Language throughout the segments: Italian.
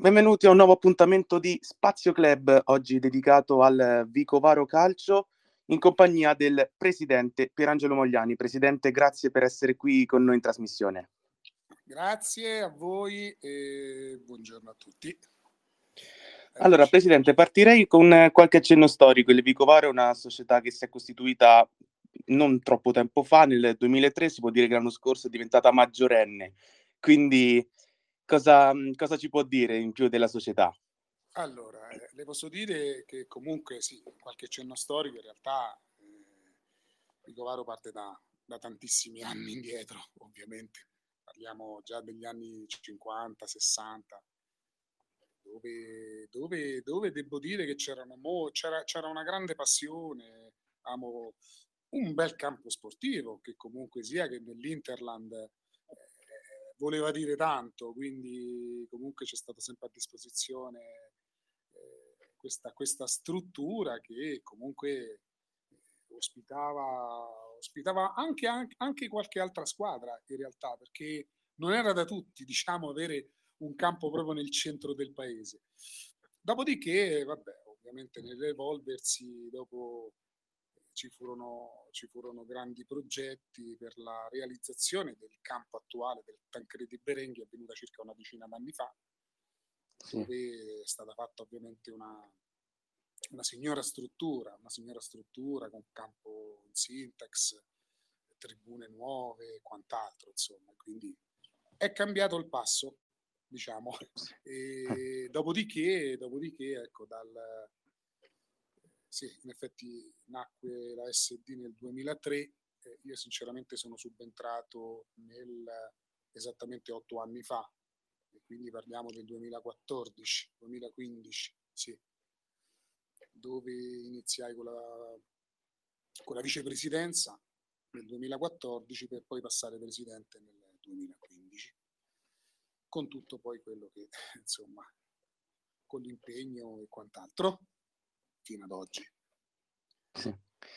Benvenuti a un nuovo appuntamento di Spazio Club, oggi dedicato al Vicovaro Calcio, in compagnia del presidente Pierangelo Mogliani. Presidente, grazie per essere qui con noi in trasmissione. Grazie a voi e buongiorno a tutti. Allora, Presidente, partirei con qualche accenno storico. Il Vicovaro è una società che si è costituita non troppo tempo fa, nel 2003, si può dire che l'anno scorso è diventata maggiorenne. Quindi cosa ci può dire in più della società? Allora, le posso dire che comunque sì, qualche cenno storico in realtà Vicovaro parte da tantissimi anni indietro, ovviamente. Parliamo già degli anni 50, 60, dove devo dire che c'era una grande passione, amo un bel campo sportivo che comunque sia che nell'Interland voleva dire tanto, quindi comunque c'è stata sempre a disposizione questa struttura che comunque ospitava anche qualche altra squadra in realtà, perché non era da tutti, diciamo, avere un campo proprio nel centro del paese. Dopodiché, vabbè, ovviamente nell'evolversi dopo ci furono grandi progetti per la realizzazione del campo attuale del Tancredi Berenghi, avvenuta circa una decina d'anni fa, dove è stata fatta ovviamente una signora struttura con campo in sintax, tribune nuove e quant'altro, insomma, quindi è cambiato il passo, diciamo. E dopodiché, ecco, sì, in effetti nacque la SD nel 2003, io sinceramente sono subentrato esattamente 8 anni fa, e quindi parliamo del 2014, 2015, sì, dove iniziai con la vicepresidenza nel 2014 per poi passare presidente nel 2015, con tutto poi quello che, insomma, con l'impegno e quant'altro, fino ad oggi. Sì.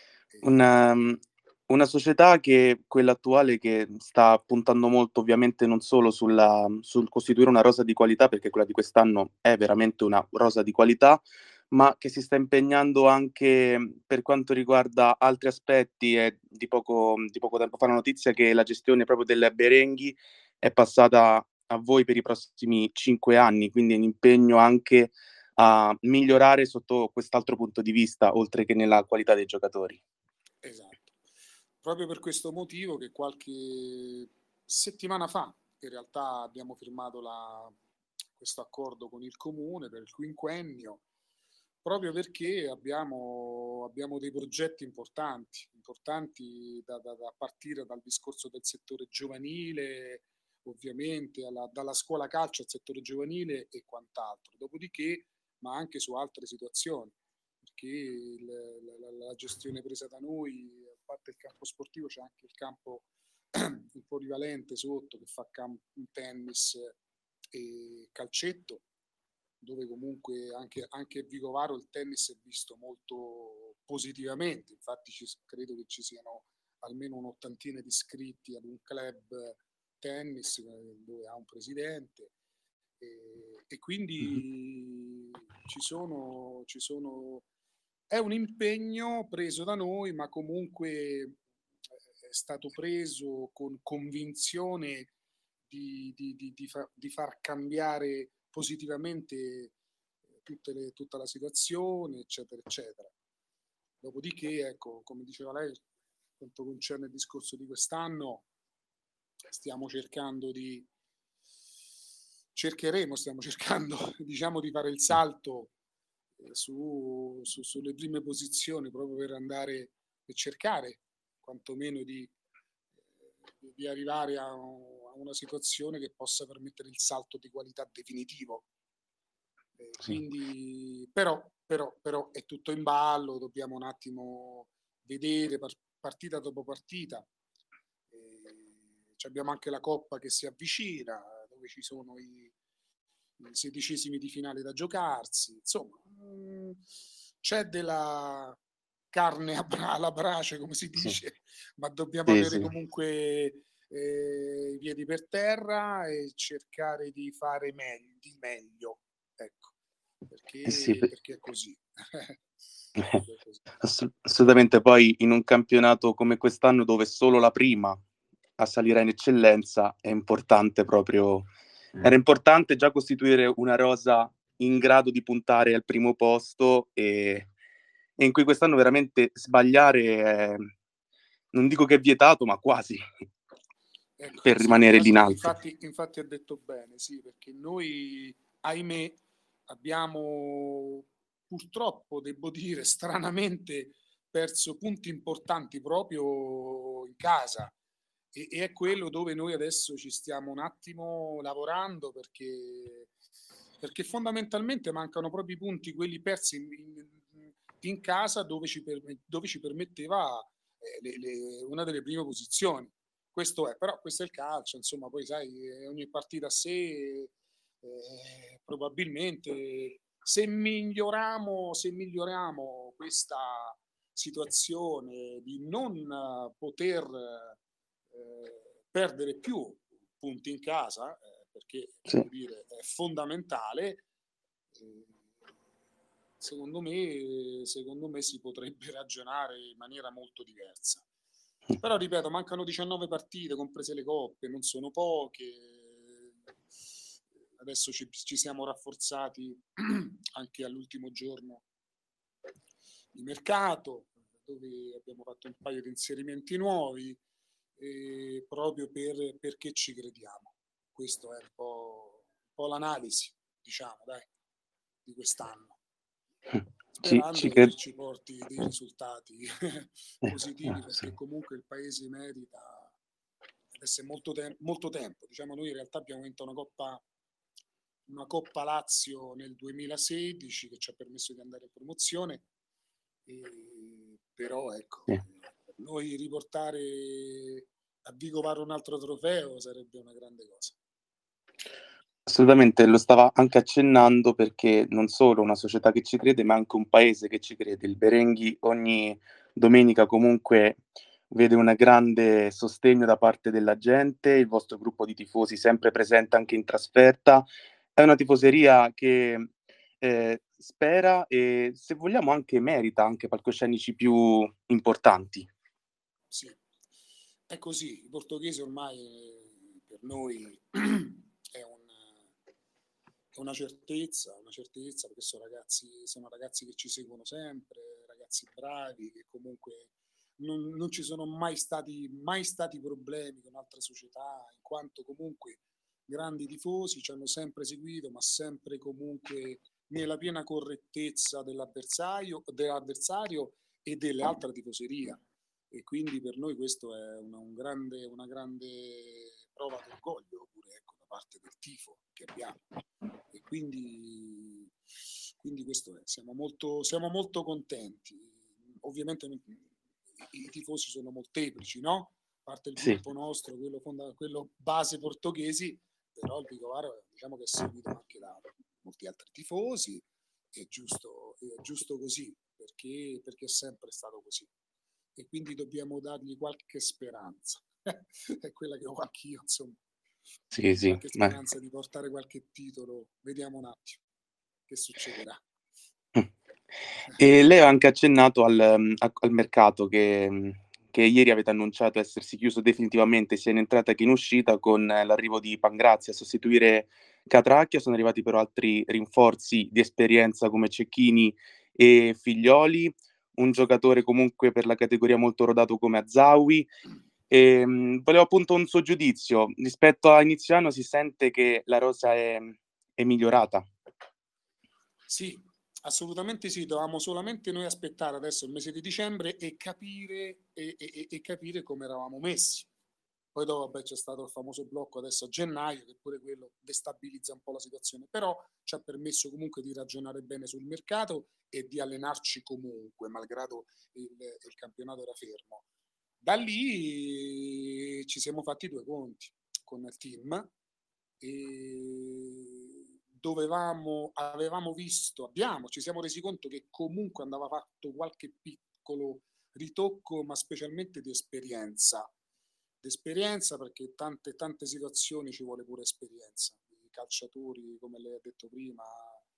Una società quella attuale, che sta puntando molto ovviamente non solo sul costituire una rosa di qualità, perché quella di quest'anno è veramente una rosa di qualità, ma che si sta impegnando anche per quanto riguarda altri aspetti. È di poco tempo fa la notizia che la gestione proprio del Berenghi è passata a voi per i prossimi 5 anni, quindi è un impegno anche a migliorare sotto quest'altro punto di vista, oltre che nella qualità dei giocatori. Esatto. Proprio per questo motivo che qualche settimana fa in realtà abbiamo firmato questo accordo con il comune per il quinquennio, proprio perché abbiamo dei progetti importanti da partire dal discorso del settore giovanile, ovviamente dalla scuola calcio al settore giovanile e quant'altro, dopodiché ma anche su altre situazioni, perché la gestione presa da noi, a parte il campo sportivo, c'è anche il campo il polivalente sotto che fa tennis e calcetto, dove comunque anche a Vicovaro il tennis è visto molto positivamente, infatti credo che ci siano almeno un'ottantina di iscritti ad un club tennis dove ha un presidente, e quindi è un impegno preso da noi, ma comunque è stato preso con convinzione di far cambiare positivamente tutta la situazione, eccetera, eccetera. Dopodiché, ecco, come diceva lei, quanto concerne il discorso di quest'anno, stiamo cercando, diciamo, di fare il salto sulle prime posizioni, proprio per andare e cercare quantomeno di arrivare a una situazione che possa permettere il salto di qualità definitivo. Quindi, però è tutto in ballo, dobbiamo un attimo vedere partita dopo partita. Abbiamo anche la Coppa che si avvicina, dove ci sono i 16esimi di finale da giocarsi, insomma, c'è della carne alla brace, come si dice, ma dobbiamo avere comunque i piedi per terra e cercare di fare meglio. ecco, Sì, perché è così. Perché è così. assolutamente. Poi in un campionato come quest'anno, dove solo la prima a salire in eccellenza, è importante proprio. Era importante già costituire una rosa in grado di puntare al primo posto e in cui quest'anno veramente sbagliare non dico che è vietato, ma quasi, Ecco, per sì, rimanere lì in alto. infatti ha detto bene, sì, perché noi, ahimè, abbiamo purtroppo, devo dire, stranamente perso punti importanti proprio in casa e è quello dove noi adesso ci stiamo un attimo lavorando perché fondamentalmente mancano proprio i punti, quelli persi in casa dove ci permetteva una delle prime posizioni. Questo è, però questo è il calcio, insomma, poi sai, ogni partita a sé, probabilmente se miglioriamo questa situazione di non poter perdere più punti in casa, perché Sì. devo dire è fondamentale, eh, secondo me si potrebbe ragionare in maniera molto diversa. Però ripeto, mancano 19 partite, comprese le coppe, non sono poche. Adesso ci siamo rafforzati anche all'ultimo giorno di mercato, dove abbiamo fatto un paio di inserimenti nuovi, proprio perché ci crediamo. Questa è un po' l'analisi, diciamo, dai, di quest'anno. Ci Sperando che credo. ci porti dei risultati positivi, perché Sì. comunque il paese merita. Adesso è molto tempo. Diciamo, noi in realtà abbiamo vinto una Coppa Lazio nel 2016 che ci ha permesso di andare in promozione, però ecco, Sì. per noi riportare a Vicovaro un altro trofeo sarebbe una grande cosa. Assolutamente, lo stava anche accennando, perché non solo una società che ci crede, ma anche un paese che ci crede. Il Berenghi ogni domenica comunque vede un grande sostegno da parte della gente, il vostro gruppo di tifosi sempre presente anche in trasferta. È una tifoseria che spera e, se vogliamo, anche merita anche palcoscenici più importanti. Sì, è così. Il portoghese ormai per noi è una certezza perché sono ragazzi che ci seguono sempre, ragazzi bravi, che comunque non ci sono mai stati problemi con altre società, in quanto comunque grandi tifosi ci hanno sempre seguito, ma sempre comunque nella piena correttezza dell'avversario e dell'altra tifoseria. E quindi per noi questo è una grande prova d'orgoglio pure, ecco, da parte del tifo che abbiamo. E quindi questo è, siamo molto contenti. Ovviamente i tifosi sono molteplici, no? A parte il Sì. gruppo nostro, quello base portoghesi, però il Vicovaro diciamo che è seguito anche da molti altri tifosi, è giusto così, perché è sempre stato così. E quindi dobbiamo dargli qualche speranza. È quella che ho anch'io, insomma. Sì, sì, Qualche ma speranza di portare qualche titolo. Vediamo un attimo che succederà. e lei ha anche accennato al mercato che ieri avete annunciato essersi chiuso definitivamente, sia in entrata che in uscita, con l'arrivo di Pangrazzi a sostituire Catracchia. Sono arrivati però altri rinforzi di esperienza come Cecchini e Figlioli, un giocatore comunque per la categoria molto rodato come Azzawi. Volevo appunto un suo giudizio. Rispetto a inizio anno si sente che la rosa è migliorata. Sì, assolutamente sì, dovevamo solamente noi aspettare adesso il mese di dicembre e capire come eravamo messi. Poi dopo vabbè, c'è stato il famoso blocco adesso a gennaio, che pure quello destabilizza un po' la situazione, però ci ha permesso comunque di ragionare bene sul mercato e di allenarci comunque, malgrado il campionato era fermo. Da lì ci siamo fatti due conti con il team e ci siamo resi conto che comunque andava fatto qualche piccolo ritocco, ma specialmente di esperienza. D'esperienza perché tante situazioni ci vuole pure esperienza. I calciatori, come lei ha detto prima,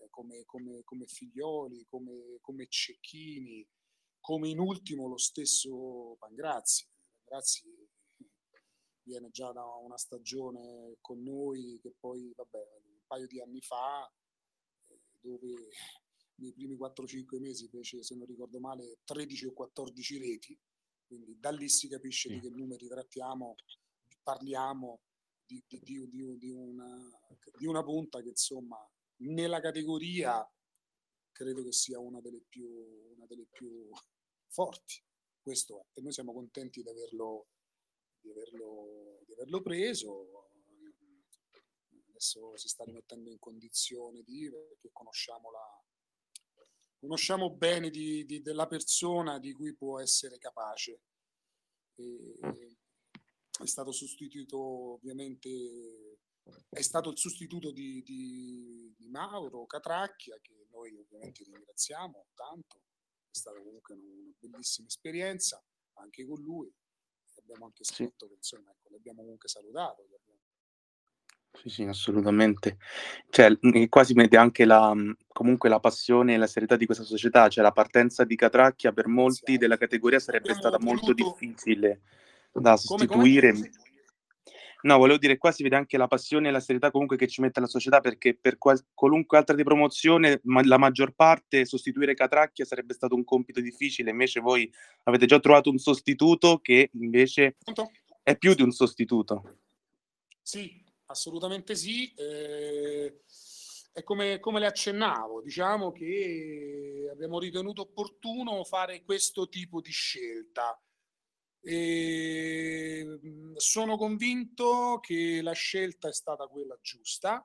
come Figlioli, come Cecchini, come in ultimo lo stesso Pangrazzi. Pangrazzi viene già da una stagione con noi che poi, vabbè, un paio di anni fa, dove nei primi 4-5 mesi fece, se non ricordo male, 13 o 14 reti, quindi da lì si capisce di che numeri parliamo di una punta che insomma nella categoria credo che sia una delle più forti. Questo è, e noi siamo contenti di averlo preso. Adesso si sta rimettendo in condizione perché conosciamo bene della persona di cui può essere capace. È stato sostituito ovviamente, è stato il sostituto di Mauro Catracchia, che noi ovviamente ringraziamo tanto. È stata comunque una bellissima esperienza anche con lui. Abbiamo anche scritto che insomma, ecco, l'abbiamo comunque salutato. Sì, assolutamente. Cioè, qua si vede anche comunque la passione e la serietà di questa società, cioè la partenza di Catracchia per molti della categoria sarebbe stata molto difficile da sostituire. No, volevo dire, qua si vede anche la passione e la serietà comunque che ci mette la società, perché per qualunque altra di promozione, la maggior parte, sostituire Catracchia sarebbe stato un compito difficile, invece voi avete già trovato un sostituto che invece è più di un sostituto. Sì, assolutamente sì. È come le accennavo, diciamo che abbiamo ritenuto opportuno fare questo tipo di scelta. E sono convinto che la scelta è stata quella giusta,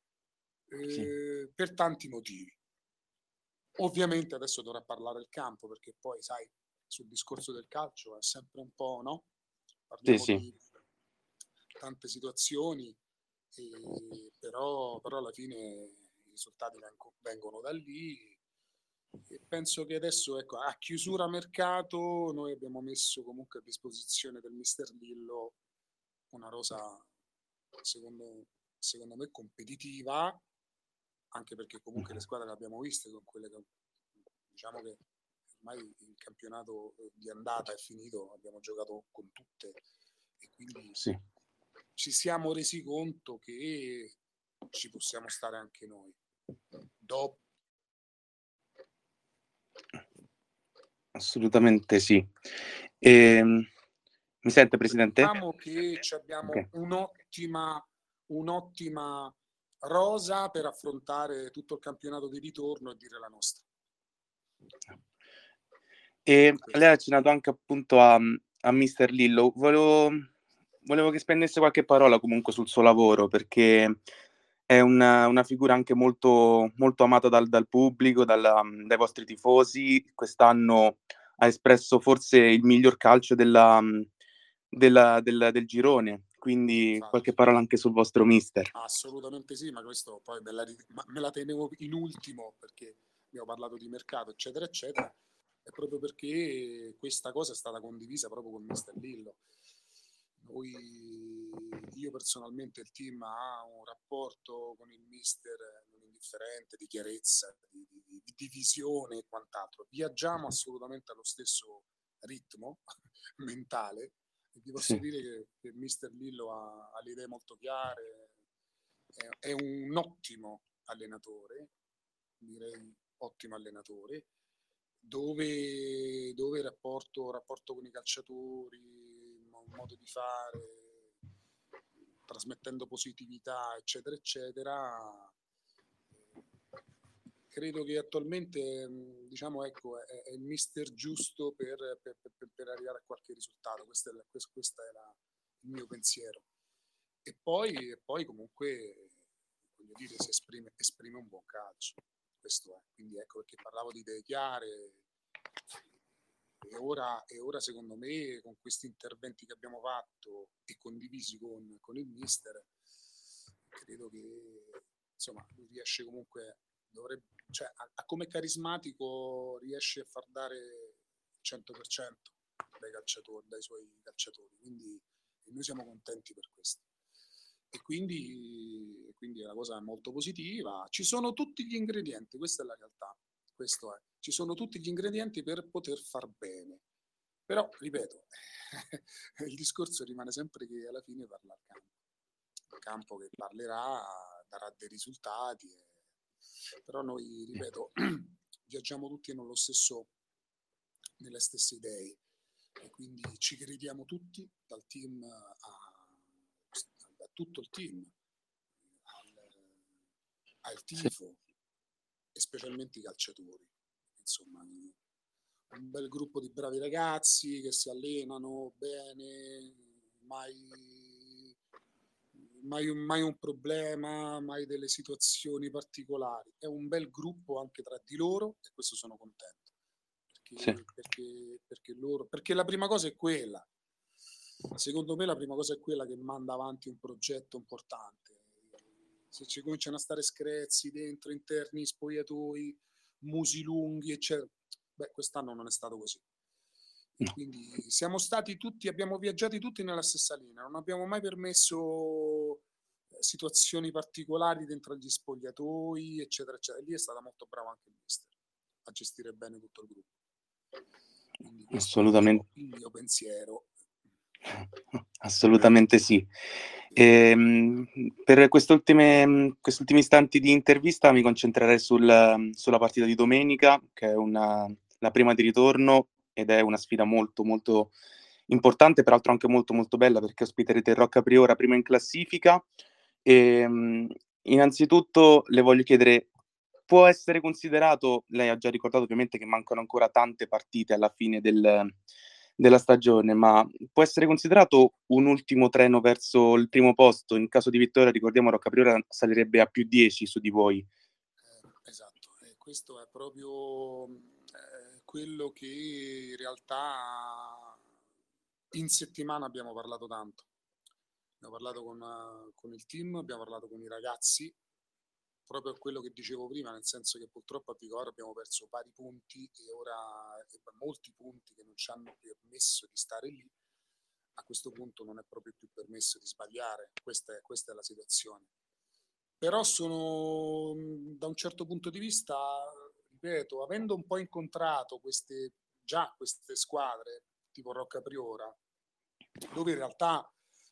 per tanti motivi. Ovviamente adesso dovrà parlare il campo, perché poi sai, sul discorso del calcio è sempre un po', no? Parliamo di tante situazioni, però alla fine i risultati vengono da lì. E penso che adesso, ecco, a chiusura mercato, noi abbiamo messo comunque a disposizione del Mister Lillo una rosa, secondo me, competitiva, anche perché comunque le squadre le abbiamo viste, con quelle che, diciamo che ormai il campionato di andata è finito, abbiamo giocato con tutte e quindi ci siamo resi conto che ci possiamo stare anche noi. Dopo. Assolutamente sì. Mi sente, Presidente? Diciamo che abbiamo un'ottima rosa per affrontare tutto il campionato di ritorno e dire la nostra. E lei ha accennato anche appunto a Mister Lillo. Volevo che spendesse qualche parola comunque sul suo lavoro, perché è una figura anche molto, molto amata dal pubblico, dai vostri tifosi. Quest'anno ha espresso forse il miglior calcio del girone, quindi qualche parola anche sul vostro mister. Assolutamente sì, ma questo poi me la tenevo in ultimo, perché abbiamo parlato di mercato, eccetera, eccetera, è proprio perché questa cosa è stata condivisa proprio con Mister Lillo. Io personalmente, il team ha un rapporto con il mister non indifferente, di chiarezza, di visione e quant'altro. Viaggiamo assolutamente allo stesso ritmo mentale e vi posso dire che il mister Lillo ha le idee molto chiare, è un ottimo allenatore, direi ottimo allenatore, dove il rapporto con i calciatori, modo di fare, trasmettendo positività, eccetera, eccetera. Credo che attualmente, diciamo, ecco, è il mister giusto per arrivare a qualche risultato. Questo è il mio pensiero. E poi comunque, voglio dire, si esprime un buon calcio. Questo è. Quindi ecco perché parlavo di idee chiare. E ora secondo me, con questi interventi che abbiamo fatto e condivisi con il mister, credo che insomma lui riesce comunque, cioè, come carismatico riesce a far dare il 100% dai suoi calciatori, quindi noi siamo contenti per questo. e quindi la cosa è molto positiva. Ci sono tutti gli ingredienti, questa è la realtà. Questo è. Ci sono tutti gli ingredienti per poter far bene. Però, ripeto, il discorso rimane sempre che alla fine parla il campo che parlerà, darà dei risultati. Però noi, ripeto, viaggiamo tutti nelle stesse idee e quindi ci crediamo tutti, dal team a tutto il team, al Sì. tifo e specialmente i calciatori. Insomma, un bel gruppo di bravi ragazzi che si allenano bene, mai un problema, mai delle situazioni particolari. È un bel gruppo anche tra di loro e questo sono contento. Sì. Perché la prima cosa è quella. Secondo me la prima cosa è quella che manda avanti un progetto importante. Se ci cominciano a stare screzi dentro, interni, spogliatoi, musi lunghi, eccetera, beh, quest'anno non è stato così. E No. quindi siamo stati tutti, abbiamo viaggiati tutti nella stessa linea, non abbiamo mai permesso situazioni particolari dentro gli spogliatoi, eccetera, eccetera. E lì è stata molto brava anche il mister a gestire bene tutto il gruppo. Quindi questo è Assolutamente. il mio pensiero. Assolutamente sì. Per questi ultimi istanti di intervista mi concentrerei sulla partita di domenica, che è la prima di ritorno ed è una sfida molto, molto importante, peraltro anche molto, molto bella perché ospiterete il Rocca Priora prima in classifica. Innanzitutto le voglio chiedere, può essere considerato, lei ha già ricordato ovviamente che mancano ancora tante partite alla fine della stagione, ma può essere considerato un ultimo treno verso il primo posto? In caso di vittoria, ricordiamo, Rocca Priora salirebbe a +10 su di voi. Esatto, e questo è proprio quello che in realtà in settimana abbiamo parlato tanto. Abbiamo parlato con il team, abbiamo parlato con i ragazzi, proprio quello che dicevo prima, nel senso che purtroppo a Vigor abbiamo perso vari punti e ora molti punti che non ci hanno permesso di stare lì. A questo punto non è proprio più permesso di sbagliare, questa è la situazione. Però sono, da un certo punto di vista, ripeto, avendo un po' incontrato queste squadre, tipo Rocca Priora, dove in realtà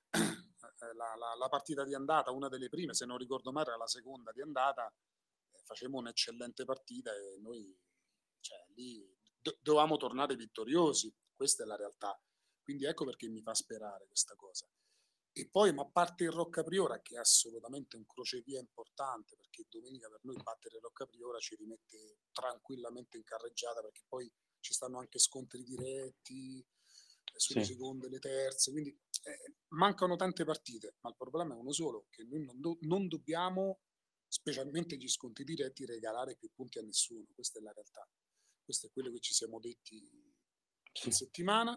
la partita di andata, una delle prime, se non ricordo male, era la seconda di andata, facevamo un'eccellente partita e noi, cioè, lì dovevamo tornare vittoriosi, questa è la realtà. Quindi ecco perché mi fa sperare questa cosa. E poi, ma a parte il Rocca Priora, che è assolutamente un crocevia importante, perché domenica per noi battere il Rocca Priora ci rimette tranquillamente in carreggiata, perché poi ci stanno anche scontri diretti sulle Sì. seconde e le terze, quindi mancano tante partite, ma il problema è uno solo, che noi non dobbiamo, specialmente gli scontri diretti, regalare più punti a nessuno, questa è la realtà. Questo è quello che ci siamo detti in settimana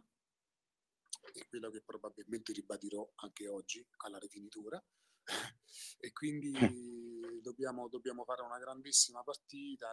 e quello che probabilmente ribadirò anche oggi alla rifinitura. E quindi dobbiamo fare una grandissima partita,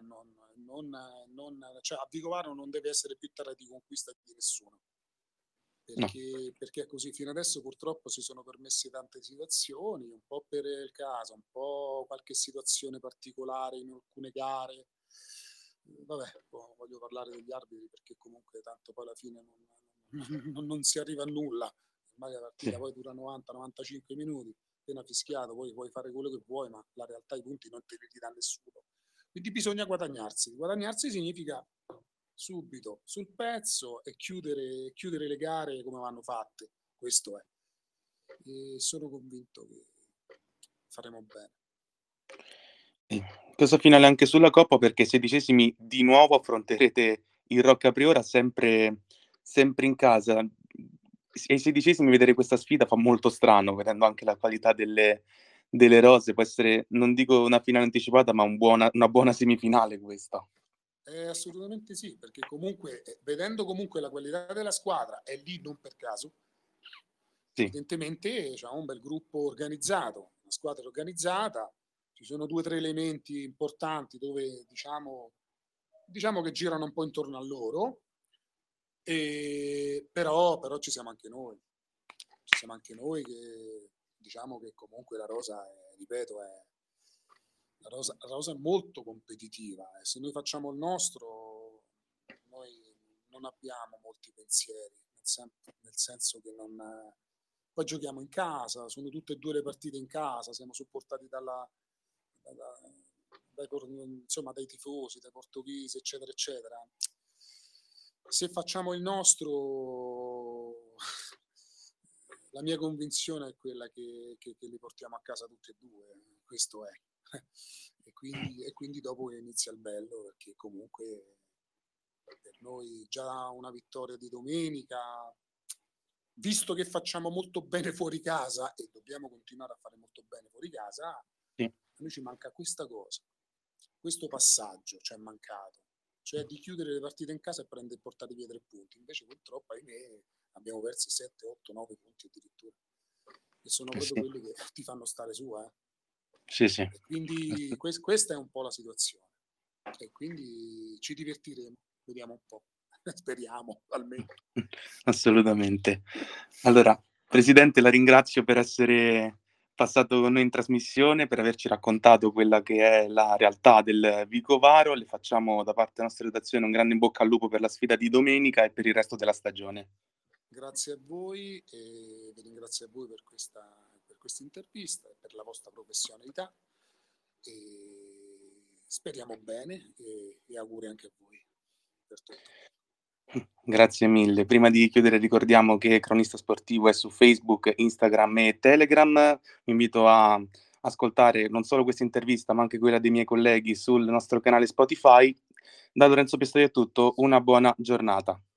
cioè a Vicovaro non deve essere più terra di conquista di nessuno, No. perché è così. Fino adesso purtroppo si sono permesse tante situazioni, un po' per il caso, un po' qualche situazione particolare in alcune gare. Vabbè, voglio parlare degli arbitri perché comunque tanto poi alla fine non si arriva a nulla. Ormai la partita poi dura 90-95 minuti, appena fischiato, poi puoi fare quello che vuoi, ma la realtà i punti non te li dà nessuno. Quindi bisogna guadagnarsi. Guadagnarsi significa subito sul pezzo e chiudere le gare come vanno fatte. Questo è. E sono convinto che faremo bene. Questo finale anche sulla Coppa perché 16esimi di nuovo affronterete il Rocca Priora sempre in casa. Ai 16esimi vedere questa sfida fa molto strano, vedendo anche la qualità delle rose. Può essere, non dico una finale anticipata, ma una buona semifinale questa. Assolutamente sì, perché comunque, vedendo comunque la qualità della squadra, è lì non per caso, Sì. evidentemente c'è un bel gruppo organizzato, una squadra organizzata, ci sono 2 o 3 elementi importanti dove diciamo che girano un po' intorno a loro, però ci siamo anche noi. Ci siamo anche noi che diciamo che comunque la rosa, ripeto, la rosa è molto competitiva, e se noi facciamo il nostro, noi non abbiamo molti pensieri, nel senso che non... Poi giochiamo in casa, sono tutte e due le partite in casa, siamo supportati dalla- insomma, dai tifosi, dai portoghesi, eccetera, eccetera. Se facciamo il nostro, la mia convinzione è quella che li portiamo a casa tutti e due, questo è. E quindi dopo inizia il bello, perché comunque per noi già una vittoria di domenica, visto che facciamo molto bene fuori casa e dobbiamo continuare a fare molto bene fuori casa, a Sì. noi ci manca questa cosa, questo passaggio ci è mancato, cioè di chiudere le partite in casa e portare via 3 punti. Invece purtroppo, ahimè, abbiamo perso 7, 8, 9 punti addirittura, che sono proprio Sì. quelli che ti fanno stare su, eh. Sì, sì. E quindi questa è un po' la situazione, e quindi ci divertiremo, vediamo un po'. Speriamo almeno. Assolutamente. Allora, Presidente, la ringrazio per essere passato con noi in trasmissione, per averci raccontato quella che è la realtà del Vicovaro. Le facciamo da parte della nostra redazione un grande in bocca al lupo per la sfida di domenica e per il resto della stagione. Grazie a voi, e vi ringrazio a voi per questa intervista e per la vostra professionalità, e speriamo bene, e auguri anche a voi per tutto. Grazie mille. Prima di chiudere ricordiamo che Cronista Sportivo è su Facebook, Instagram e Telegram. Vi invito a ascoltare non solo questa intervista, ma anche quella dei miei colleghi sul nostro canale Spotify. Da Lorenzo Pistoia è tutto, una buona giornata.